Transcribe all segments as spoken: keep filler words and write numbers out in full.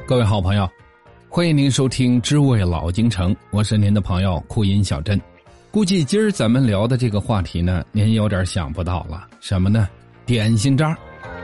各位好朋友，欢迎您收听知味老京城，我是您的朋友酷音小珍。估计今儿咱们聊的这个话题呢，您有点想不到了，什么呢？点心渣。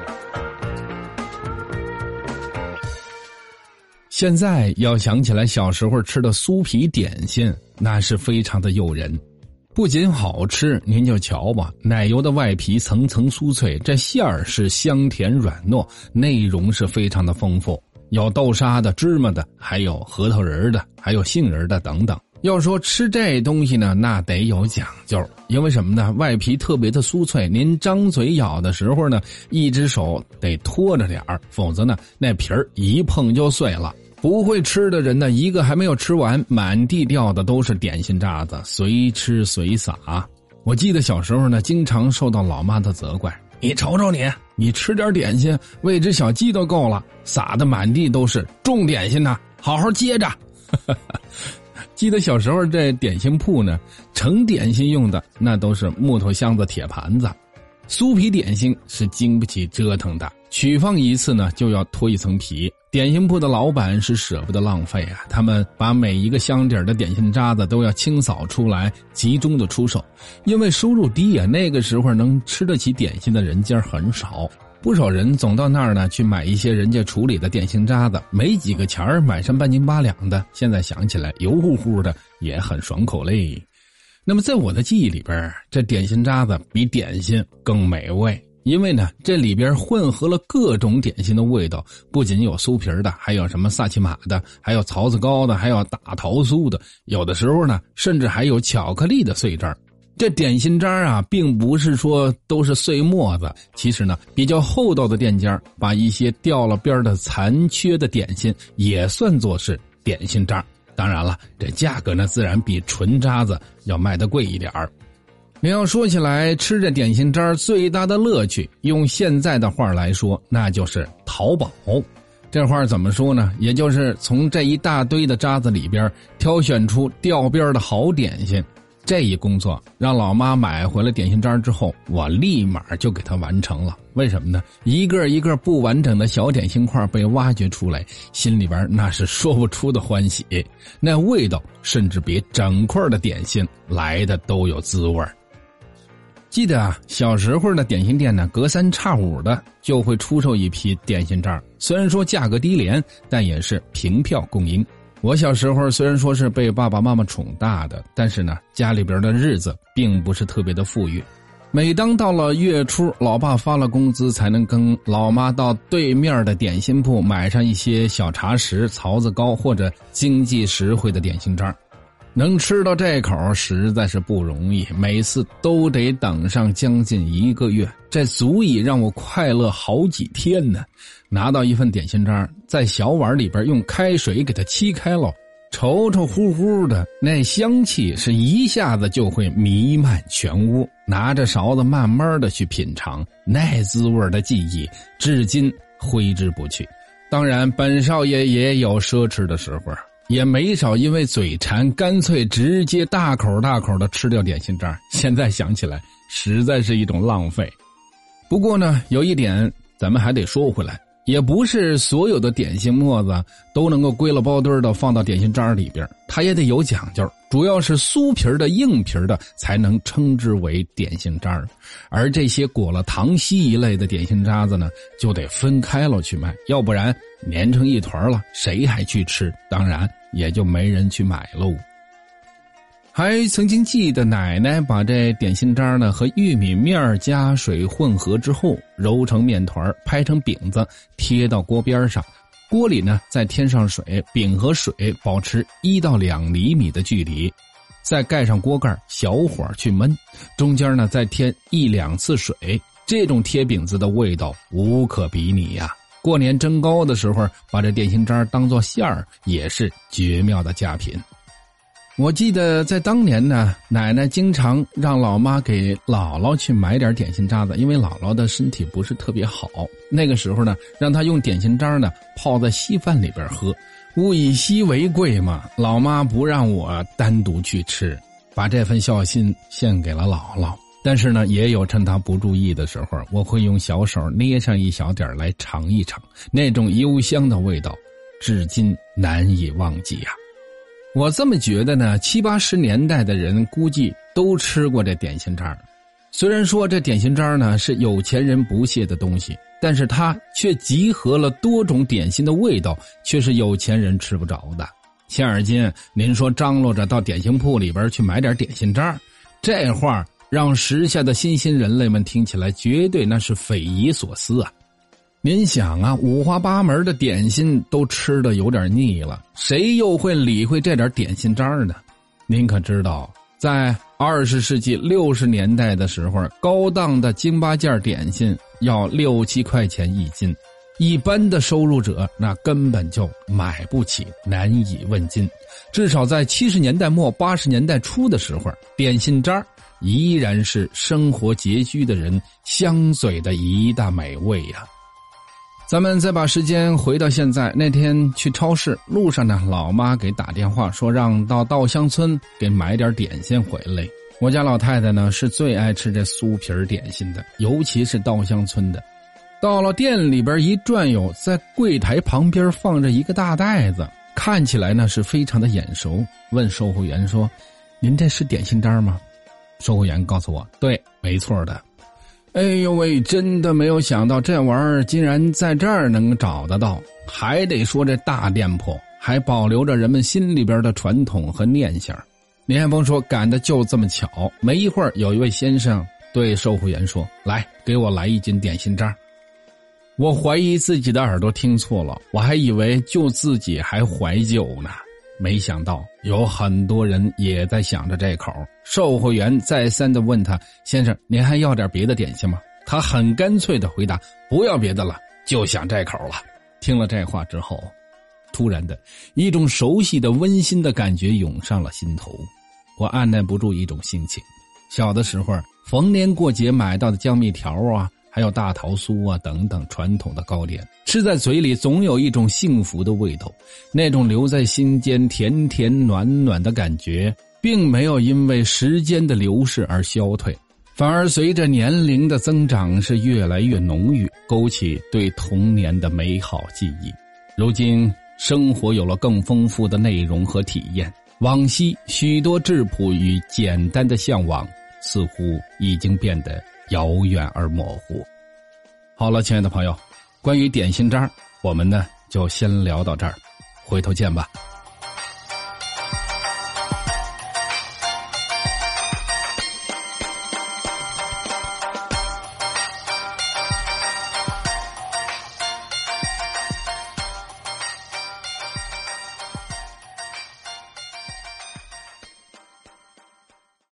现在要想起来小时候吃的酥皮点心，那是非常的诱人。不仅好吃，您就瞧吧，奶油的外皮层层酥脆，这馅儿是香甜软糯，内容是非常的丰富，有豆沙的、芝麻的，还有核桃仁的，还有杏仁的等等。要说吃这东西呢，那得有讲究，因为什么呢？外皮特别的酥脆，您张嘴咬的时候呢，一只手得托着点儿，否则呢，那皮儿一碰就碎了。不会吃的人呢，一个还没有吃完，满地掉的都是点心渣子，随吃随撒。我记得小时候呢，经常受到老妈的责怪，你瞅瞅你，你吃点点心，喂只小鸡都够了，撒的满地都是，重点心呢，好好接着。记得小时候这点心铺呢，盛点心用的那都是木头箱子、铁盘子。酥皮点心是经不起折腾的，取放一次呢就要脱一层皮。点心铺的老板是舍不得浪费啊，他们把每一个箱底的点心渣子都要清扫出来，集中的出售。因为收入低啊，那个时候能吃得起点心的人家很少，不少人总到那儿呢去买一些人家处理的点心渣子，没几个钱儿买上半斤八两的，现在想起来油乎乎的也很爽口嘞。那么在我的记忆里边，这点心渣子比点心更美味，因为呢这里边混合了各种点心的味道，不仅有酥皮的，还有什么萨琪玛的，还有槽子糕的，还有大桃酥的，有的时候呢甚至还有巧克力的碎渣。这点心渣啊并不是说都是碎沫子，其实呢比较厚道的店家把一些掉了边的残缺的点心也算作是点心渣。当然了，这价格呢自然比纯渣子要卖得贵一点儿。你要说起来吃这点心渣最大的乐趣，用现在的话来说，那就是淘宝。这话怎么说呢？也就是从这一大堆的渣子里边挑选出掉边的好点心。这一工作让老妈买回了点心渣之后，我立马就给它完成了。为什么呢？一个一个不完整的小点心块被挖掘出来，心里边那是说不出的欢喜，那味道甚至比整块的点心来的都有滋味。记得啊，小时候的点心店呢，隔三差五的就会出售一批点心渣，虽然说价格低廉，但也是凭票供应。我小时候虽然说是被爸爸妈妈宠大的，但是呢，家里边的日子并不是特别的富裕。每当到了月初，老爸发了工资，才能跟老妈到对面的点心铺买上一些小茶食、槽子糕或者经济实惠的点心渣。能吃到这口实在是不容易，每次都得等上将近一个月，这足以让我快乐好几天呢。拿到一份点心渣，在小碗里边用开水给它沏开了，稠稠乎乎的，那香气是一下子就会弥漫全屋。拿着勺子慢慢的去品尝，那滋味的记忆至今挥之不去。当然本少爷也有奢侈的时候，也没少因为嘴馋干脆直接大口大口的吃掉点心渣，现在想起来实在是一种浪费。不过呢，有一点咱们还得说回来，也不是所有的点心沫子都能够归了包堆的放到点心渣里边，它也得有讲究，主要是酥皮的硬皮的才能称之为点心渣，而这些裹了糖稀一类的点心渣子呢，就得分开了去卖，要不然粘成一团了，谁还去吃？当然也就没人去买喽。还曾经记得奶奶把这点心渣呢和玉米面加水混合之后，揉成面团，拍成饼子，贴到锅边上，锅里呢再添上水，饼和水保持一到两厘米的距离，再盖上锅盖，小火去焖，中间呢再添一两次水，这种贴饼子的味道无可比拟呀。过年蒸糕的时候，把这点心渣当作馅儿，也是绝妙的佳品。我记得在当年呢，奶奶经常让老妈给姥姥去买点点心渣子，因为姥姥的身体不是特别好。那个时候呢，让她用点心渣呢泡在稀饭里边喝，物以稀为贵嘛，老妈不让我单独去吃，把这份孝心献给了姥姥。但是呢，也有趁她不注意的时候，我会用小手捏上一小点来尝一尝那种幽香的味道。 至今难以忘记啊。我这么觉得呢，七八十年代的人估计都吃过这点心渣。虽然说这点心渣呢是有钱人不屑的东西，但是它却集合了多种点心的味道，却是有钱人吃不着的。现而今您说张罗着到点心铺里边去买点点心渣，这话让时下的新兴人类们听起来绝对那是匪夷所思啊。您想啊，五花八门的点心都吃得有点腻了，谁又会理会这点点心渣呢？您可知道在二十世纪六十年代的时候，高档的京八件点心要六七块钱一斤，一般的收入者那根本就买不起，难以问津。至少在七十年代末八十年代初的时候，点心渣依然是生活拮据的人香嘴的一大美味呀、啊。咱们再把时间回到现在，那天去超市路上呢，老妈给打电话说让到稻香村给买点点心回来。我家老太太呢是最爱吃这酥皮点心的，尤其是稻香村的。到了店里边一转悠，在柜台旁边放着一个大袋子，看起来呢是非常的眼熟。问售货员说：“您这是点心渣吗？”售货员告诉我：“对，没错的。”哎呦喂，真的没有想到这玩意儿竟然在这儿能找得到。还得说这大店铺还保留着人们心里边的传统和念想。林海峰说赶的就这么巧，没一会儿有一位先生对售货员说：“来，给我来一斤点心渣。”我怀疑自己的耳朵听错了，我还以为就自己还怀旧呢。没想到有很多人也在想着这口。售货员再三地问他：“先生，您还要点别的点心吗？”他很干脆地回答：“不要别的了，就想这口了。”听了这话之后，突然的一种熟悉的温馨的感觉涌上了心头。我按耐不住一种心情，小的时候逢年过节买到的江蜜条啊，还有大桃酥啊等等传统的糕点，吃在嘴里总有一种幸福的味道，那种留在心间甜甜暖暖的感觉并没有因为时间的流逝而消退，反而随着年龄的增长是越来越浓郁，勾起对童年的美好记忆。如今生活有了更丰富的内容和体验，往昔许多质朴与简单的向往似乎已经变得遥远而模糊。好了，亲爱的朋友，关于点心渣，我们呢就先聊到这儿，回头见吧。